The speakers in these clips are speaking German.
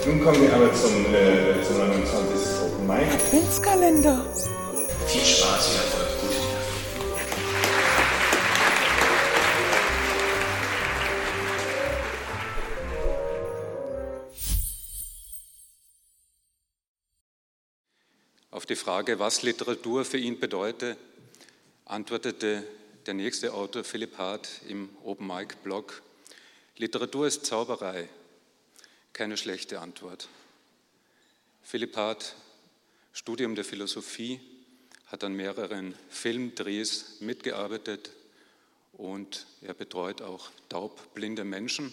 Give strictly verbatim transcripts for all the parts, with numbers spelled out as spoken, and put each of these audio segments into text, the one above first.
Nun kommen wir aber zum, äh, zum neunundzwanzigsten Open Mic. Adventskalender. Viel Spaß, viel Erfolg, gute Nerven. Auf die Frage, was Literatur für ihn bedeute, antwortete der nächste Autor, Philipp Hart, im Open Mic Blog: Literatur ist Zauberei. Keine schlechte Antwort. Philipp Hart, Studium der Philosophie, hat an mehreren Filmdrehs mitgearbeitet und er betreut auch taubblinde Menschen.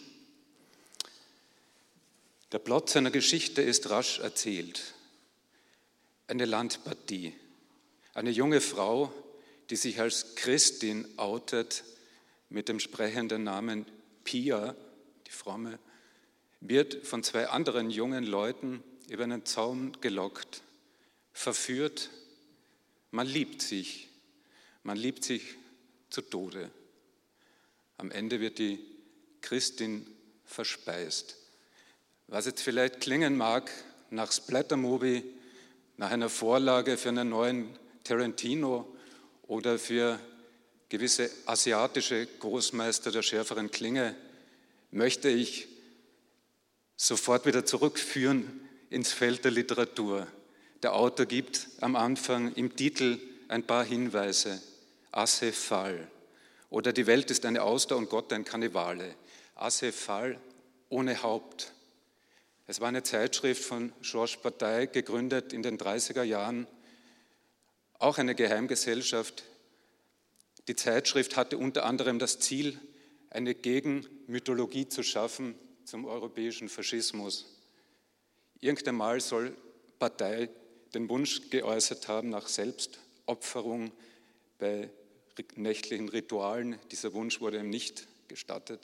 Der Plot seiner Geschichte ist rasch erzählt. Eine Landpartie. Eine junge Frau, die sich als Christin outet mit dem sprechenden Namen Pia, die fromme, wird von zwei anderen jungen Leuten über einen Zaun gelockt, verführt. Man liebt sich, man liebt sich zu Tode. Am Ende wird die Christin verspeist. Was jetzt vielleicht klingen mag nach Splatter-Movie, nach einer Vorlage für einen neuen Tarantino oder für gewisse asiatische Großmeister der schärferen Klinge, möchte ich sofort wieder zurückführen ins Feld der Literatur. Der Autor gibt am Anfang im Titel ein paar Hinweise. Acephal oder Die Welt ist eine Auster und Gott ein Kannibale. Acephal ohne Haupt. Es war eine Zeitschrift von Georges Bataille, gegründet in den dreißiger Jahren, auch eine Geheimgesellschaft. Die Zeitschrift hatte unter anderem das Ziel, eine Gegenmythologie zu schaffen zum europäischen Faschismus. Irgendwann mal soll Bataille den Wunsch geäußert haben nach Selbstopferung bei nächtlichen Ritualen. Dieser Wunsch wurde ihm nicht gestattet.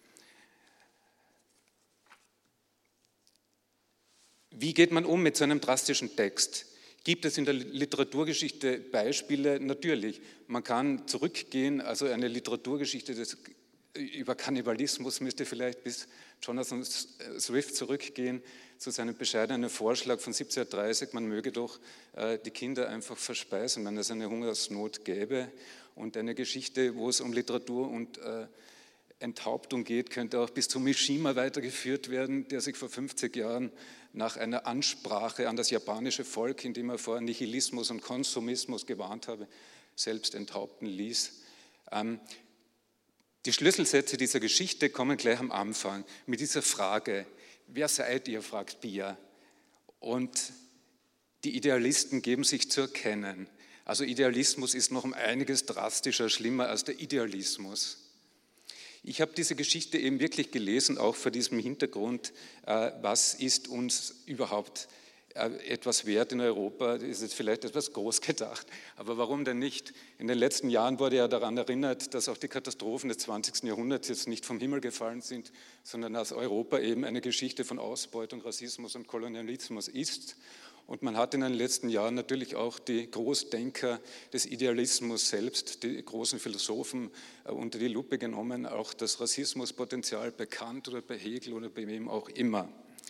Wie geht man um mit so einem drastischen Text? Gibt es in der Literaturgeschichte Beispiele? Natürlich. Man kann zurückgehen, also eine Literaturgeschichte des, über Kannibalismus müsste vielleicht bis Jonathan Swift zurückgehen, zu seinem bescheidenen Vorschlag von siebzehnhundertdreißig, man möge doch äh, die Kinder einfach verspeisen, wenn es eine Hungersnot gäbe. Und eine Geschichte, wo es um Literatur und äh, Enthauptung geht, könnte auch bis zu Mishima weitergeführt werden, der sich vor fünfzig Jahren nach einer Ansprache an das japanische Volk, in dem er vor Nihilismus und Konsumismus gewarnt habe, selbst enthaupten ließ. Ähm, die Schlüsselsätze dieser Geschichte kommen gleich am Anfang mit dieser Frage: Wer seid ihr, fragt Pia. Und die Idealisten geben sich zu erkennen. Also Idealismus ist noch um einiges drastischer, schlimmer als der Idealismus. Ich habe diese Geschichte eben wirklich gelesen, auch vor diesem Hintergrund, äh, was ist uns überhaupt äh, etwas wert in Europa, das ist jetzt vielleicht etwas groß gedacht, aber warum denn nicht? In den letzten Jahren wurde ja daran erinnert, dass auch die Katastrophen des zwanzigsten Jahrhunderts jetzt nicht vom Himmel gefallen sind, sondern dass Europa eben eine Geschichte von Ausbeutung, Rassismus und Kolonialismus ist. Und man hat in den letzten Jahren natürlich auch die Großdenker des Idealismus selbst, die großen Philosophen unter die Lupe genommen, auch das Rassismuspotenzial bei Kant oder bei Hegel oder bei wem auch immer.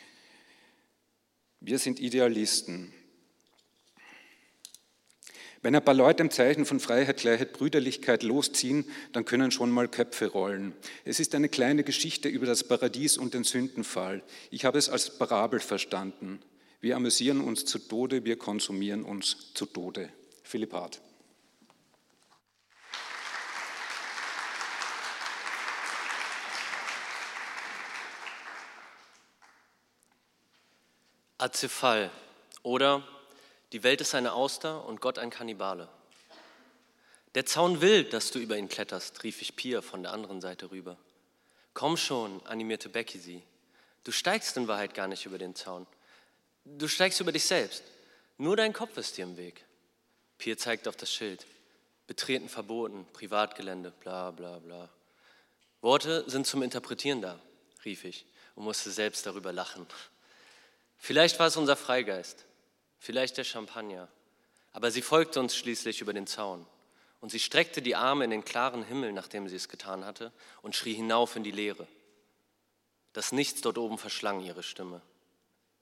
Wir sind Idealisten. Wenn ein paar Leute im Zeichen von Freiheit, Gleichheit, Brüderlichkeit losziehen, dann können schon mal Köpfe rollen. Es ist eine kleine Geschichte über das Paradies und den Sündenfall. Ich habe es als Parabel verstanden. Wir amüsieren uns zu Tode, wir konsumieren uns zu Tode. Philipp Hart. Acephal oder Die Welt ist eine Auster und Gott ein Kannibale. Der Zaun will, dass du über ihn kletterst, rief ich Pia von der anderen Seite rüber. Komm schon, animierte Becky sie. Du steigst in Wahrheit gar nicht über den Zaun. Du steigst über dich selbst. Nur dein Kopf ist dir im Weg. Pia zeigt auf das Schild. Betreten verboten, Privatgelände, bla bla bla. Worte sind zum Interpretieren da, rief ich und musste selbst darüber lachen. Vielleicht war es unser Freigeist, vielleicht der Champagner, aber sie folgte uns schließlich über den Zaun und sie streckte die Arme in den klaren Himmel, nachdem sie es getan hatte, und schrie hinauf in die Leere. Das Nichts dort oben verschlang ihre Stimme.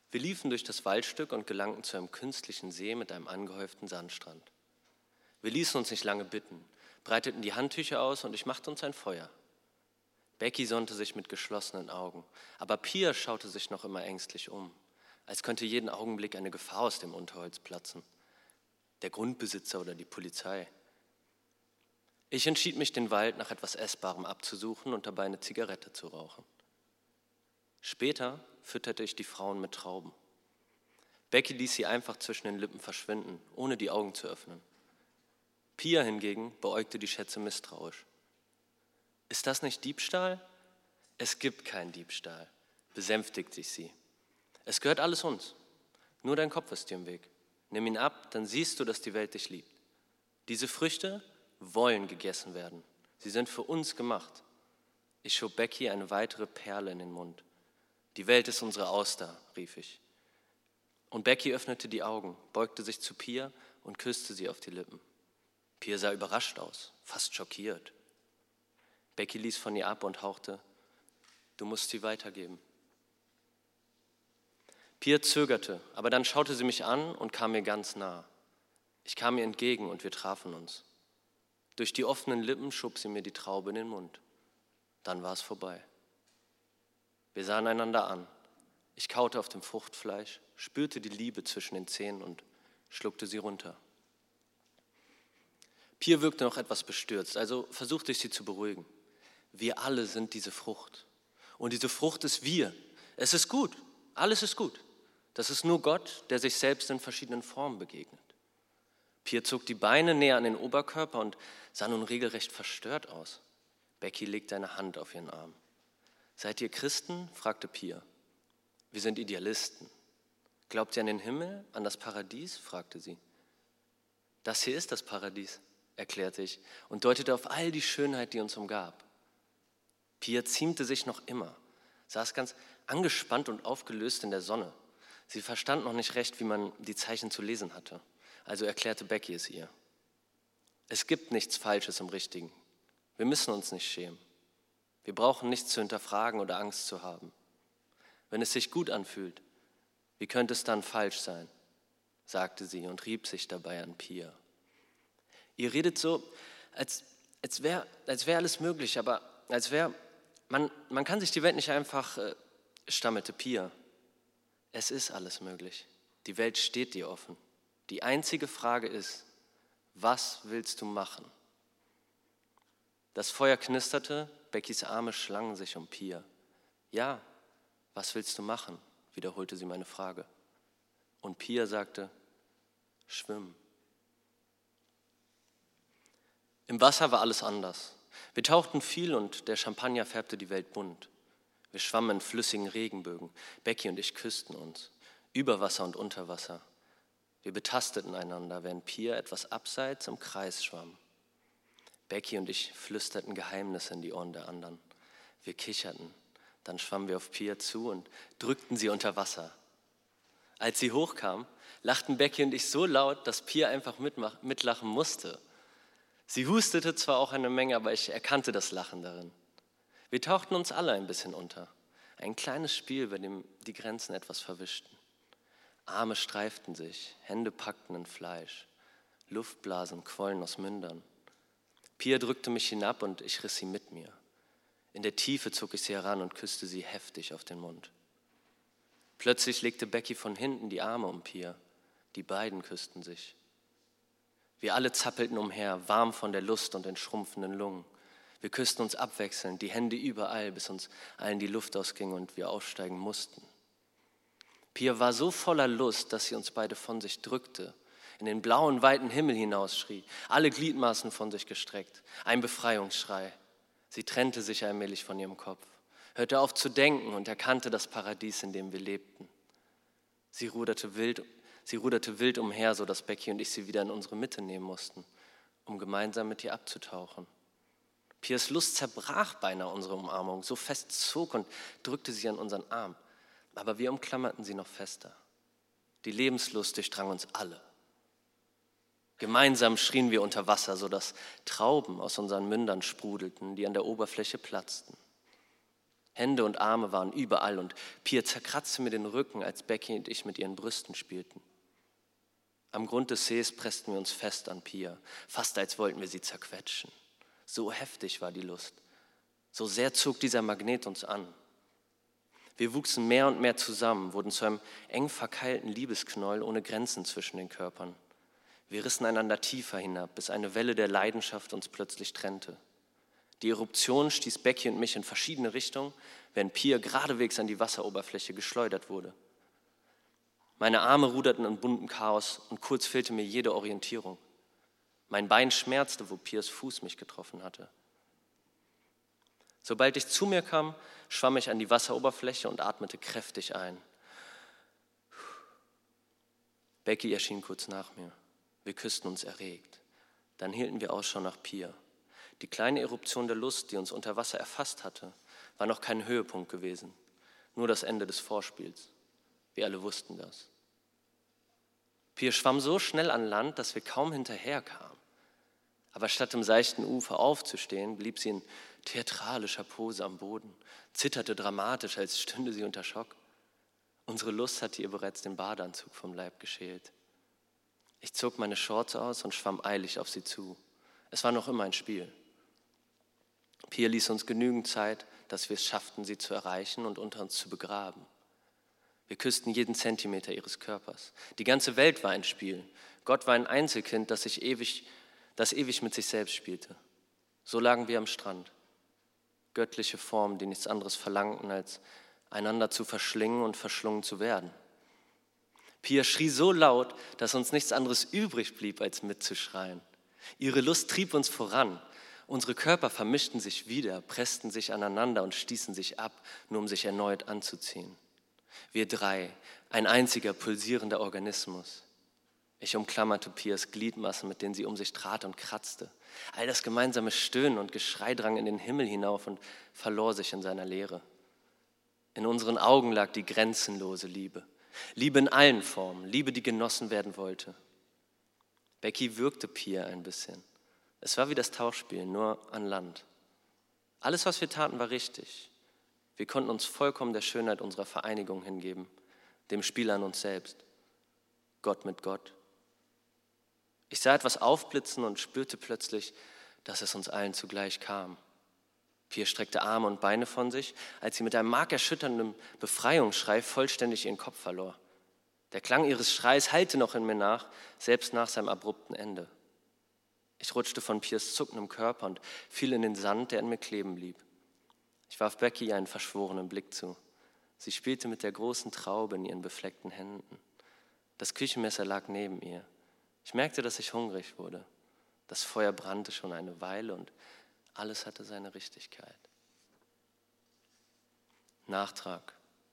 Wir liefen durch das Waldstück und gelangten zu einem künstlichen See mit einem angehäuften Sandstrand. Wir ließen uns nicht lange bitten, breiteten die Handtücher aus und ich machte uns ein Feuer. Becky sonnte sich mit geschlossenen Augen, aber Pia schaute sich noch immer ängstlich um, als könnte jeden Augenblick eine Gefahr aus dem Unterholz platzen. Der Grundbesitzer oder die Polizei. Ich entschied mich, den Wald nach etwas Essbarem abzusuchen und dabei eine Zigarette zu rauchen. Später fütterte ich die Frauen mit Trauben. Becky ließ sie einfach zwischen den Lippen verschwinden, ohne die Augen zu öffnen. Pia hingegen beäugte die Schätze misstrauisch. Ist das nicht Diebstahl? Es gibt keinen Diebstahl, besänftigt sich sie. Es gehört alles uns. Nur dein Kopf ist dir im Weg. Nimm ihn ab, dann siehst du, dass die Welt dich liebt. Diese Früchte wollen gegessen werden. Sie sind für uns gemacht. Ich schob Becky eine weitere Perle in den Mund. Die Welt ist unsere Auster, rief ich. Und Becky öffnete die Augen, beugte sich zu Pia und küsste sie auf die Lippen. Pia sah überrascht aus, fast schockiert. Becky ließ von ihr ab und hauchte, du musst sie weitergeben. Pia zögerte, aber dann schaute sie mich an und kam mir ganz nah. Ich kam ihr entgegen und wir trafen uns. Durch die offenen Lippen schob sie mir die Traube in den Mund. Dann war es vorbei. Wir sahen einander an. Ich kaute auf dem Fruchtfleisch, spürte die Liebe zwischen den Zähnen und schluckte sie runter. Pia wirkte noch etwas bestürzt, also versuchte ich sie zu beruhigen. Wir alle sind diese Frucht. Und diese Frucht ist wir. Es ist gut, alles ist gut. Das ist nur Gott, der sich selbst in verschiedenen Formen begegnet. Pia zog die Beine näher an den Oberkörper und sah nun regelrecht verstört aus. Becky legte eine Hand auf ihren Arm. Seid ihr Christen? Fragte Pia. Wir sind Idealisten. Glaubt ihr an den Himmel, an das Paradies? Fragte sie. Das hier ist das Paradies, erklärte ich und deutete auf all die Schönheit, die uns umgab. Pia ziemte sich noch immer, saß ganz angespannt und aufgelöst in der Sonne. Sie verstand noch nicht recht, wie man die Zeichen zu lesen hatte. Also erklärte Becky es ihr. Es gibt nichts Falsches im Richtigen. Wir müssen uns nicht schämen. Wir brauchen nichts zu hinterfragen oder Angst zu haben. Wenn es sich gut anfühlt, wie könnte es dann falsch sein? Sagte sie und rieb sich dabei an Pia. Ihr redet so, als, als wäre als wär alles möglich, aber als wäre, man, man kann sich die Welt nicht einfach, äh, stammelte Pia. Es ist alles möglich. Die Welt steht dir offen. Die einzige Frage ist, was willst du machen? Das Feuer knisterte, Beckys Arme schlangen sich um Pia. Ja, was willst du machen? Wiederholte sie meine Frage. Und Pia sagte, schwimmen. Im Wasser war alles anders. Wir tauchten viel und der Champagner färbte die Welt bunt. Wir schwammen in flüssigen Regenbögen. Becky und ich küssten uns, über Wasser und unter Wasser. Wir betasteten einander, während Pia etwas abseits im Kreis schwamm. Becky und ich flüsterten Geheimnisse in die Ohren der anderen. Wir kicherten, dann schwammen wir auf Pia zu und drückten sie unter Wasser. Als sie hochkam, lachten Becky und ich so laut, dass Pia einfach mitmach- mitlachen musste. Sie hustete zwar auch eine Menge, aber ich erkannte das Lachen darin. Wir tauchten uns alle ein bisschen unter. Ein kleines Spiel, bei dem die Grenzen etwas verwischten. Arme streiften sich, Hände packten in Fleisch. Luftblasen quollen aus Mündern. Pia drückte mich hinab und ich riss sie mit mir. In der Tiefe zog ich sie heran und küsste sie heftig auf den Mund. Plötzlich legte Becky von hinten die Arme um Pia. Die beiden küssten sich. Wir alle zappelten umher, warm von der Lust und den schrumpfenden Lungen. Wir küssten uns abwechselnd, die Hände überall, bis uns allen die Luft ausging und wir aussteigen mussten. Pia war so voller Lust, dass sie uns beide von sich drückte, in den blauen, weiten Himmel hinausschrie, alle Gliedmaßen von sich gestreckt, ein Befreiungsschrei. Sie trennte sich allmählich von ihrem Kopf, hörte auf zu denken und erkannte das Paradies, in dem wir lebten. Sie ruderte wild, sie ruderte wild umher, sodass Becky und ich sie wieder in unsere Mitte nehmen mussten, um gemeinsam mit ihr abzutauchen. Pias Lust zerbrach beinahe unsere Umarmung, so fest zog und drückte sie an unseren Arm. Aber wir umklammerten sie noch fester. Die Lebenslust durchdrang uns alle. Gemeinsam schrien wir unter Wasser, sodass Trauben aus unseren Mündern sprudelten, die an der Oberfläche platzten. Hände und Arme waren überall und Pia zerkratzte mir den Rücken, als Becky und ich mit ihren Brüsten spielten. Am Grund des Sees pressten wir uns fest an Pia, fast als wollten wir sie zerquetschen. So heftig war die Lust. So sehr zog dieser Magnet uns an. Wir wuchsen mehr und mehr zusammen, wurden zu einem eng verkeilten Liebesknäuel ohne Grenzen zwischen den Körpern. Wir rissen einander tiefer hinab, bis eine Welle der Leidenschaft uns plötzlich trennte. Die Eruption stieß Becky und mich in verschiedene Richtungen, während Pia geradewegs an die Wasseroberfläche geschleudert wurde. Meine Arme ruderten in buntem Chaos und kurz fehlte mir jede Orientierung. Mein Bein schmerzte, wo Piers Fuß mich getroffen hatte. Sobald ich zu mir kam, schwamm ich an die Wasseroberfläche und atmete kräftig ein. Becky erschien kurz nach mir. Wir küssten uns erregt. Dann hielten wir Ausschau nach Pia. Die kleine Eruption der Lust, die uns unter Wasser erfasst hatte, war noch kein Höhepunkt gewesen, nur das Ende des Vorspiels. Wir alle wussten das. Pia schwamm so schnell an Land, dass wir kaum hinterherkamen. Aber statt im seichten Ufer aufzustehen, blieb sie in theatralischer Pose am Boden, zitterte dramatisch, als stünde sie unter Schock. Unsere Lust hatte ihr bereits den Badeanzug vom Leib geschält. Ich zog meine Shorts aus und schwamm eilig auf sie zu. Es war noch immer ein Spiel. Pia ließ uns genügend Zeit, dass wir es schafften, sie zu erreichen und unter uns zu begraben. Wir küssten jeden Zentimeter ihres Körpers. Die ganze Welt war ein Spiel. Gott war ein Einzelkind, das sich ewig, das ewig mit sich selbst spielte. So lagen wir am Strand. Göttliche Formen, die nichts anderes verlangten, als einander zu verschlingen und verschlungen zu werden. Pia schrie so laut, dass uns nichts anderes übrig blieb, als mitzuschreien. Ihre Lust trieb uns voran. Unsere Körper vermischten sich wieder, pressten sich aneinander und stießen sich ab, nur um sich erneut anzuziehen. Wir drei, ein einziger pulsierender Organismus. Ich umklammerte Pias Gliedmaßen, mit denen sie um sich trat und kratzte. All das gemeinsame Stöhnen und Geschrei drang in den Himmel hinauf und verlor sich in seiner Leere. In unseren Augen lag die grenzenlose Liebe. Liebe in allen Formen, Liebe, die genossen werden wollte. Becky würgte Pia ein bisschen. Es war wie das Tauchspiel, nur an Land. Alles, was wir taten, war richtig. Wir konnten uns vollkommen der Schönheit unserer Vereinigung hingeben, dem Spiel an uns selbst. Gott mit Gott. Ich sah etwas aufblitzen und spürte plötzlich, dass es uns allen zugleich kam. Pia streckte Arme und Beine von sich, als sie mit einem markerschütternden Befreiungsschrei vollständig ihren Kopf verlor. Der Klang ihres Schreis hallte noch in mir nach, selbst nach seinem abrupten Ende. Ich rutschte von Piers zuckendem Körper und fiel in den Sand, der an mir kleben blieb. Ich warf Becky einen verschworenen Blick zu. Sie spielte mit der großen Traube in ihren befleckten Händen. Das Küchenmesser lag neben ihr. Ich merkte, dass ich hungrig wurde. Das Feuer brannte schon eine Weile und alles hatte seine Richtigkeit. Nachtrag.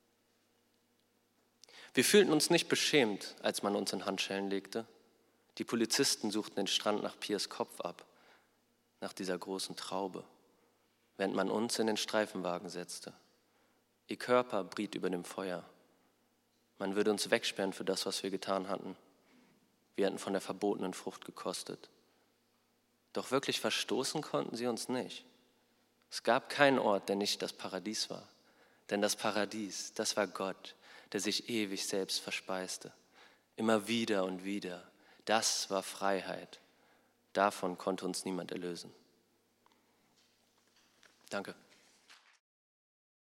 Wir fühlten uns nicht beschämt, als man uns in Handschellen legte. Die Polizisten suchten den Strand nach Piers Kopf ab, nach dieser großen Traube, während man uns in den Streifenwagen setzte. Ihr Körper briet über dem Feuer. Man würde uns wegsperren für das, was wir getan hatten. Wir hatten von der verbotenen Frucht gekostet. Doch wirklich verstoßen konnten sie uns nicht. Es gab keinen Ort, der nicht das Paradies war. Denn das Paradies, das war Gott, der sich ewig selbst verspeiste. Immer wieder und wieder. Das war Freiheit. Davon konnte uns niemand erlösen. Danke.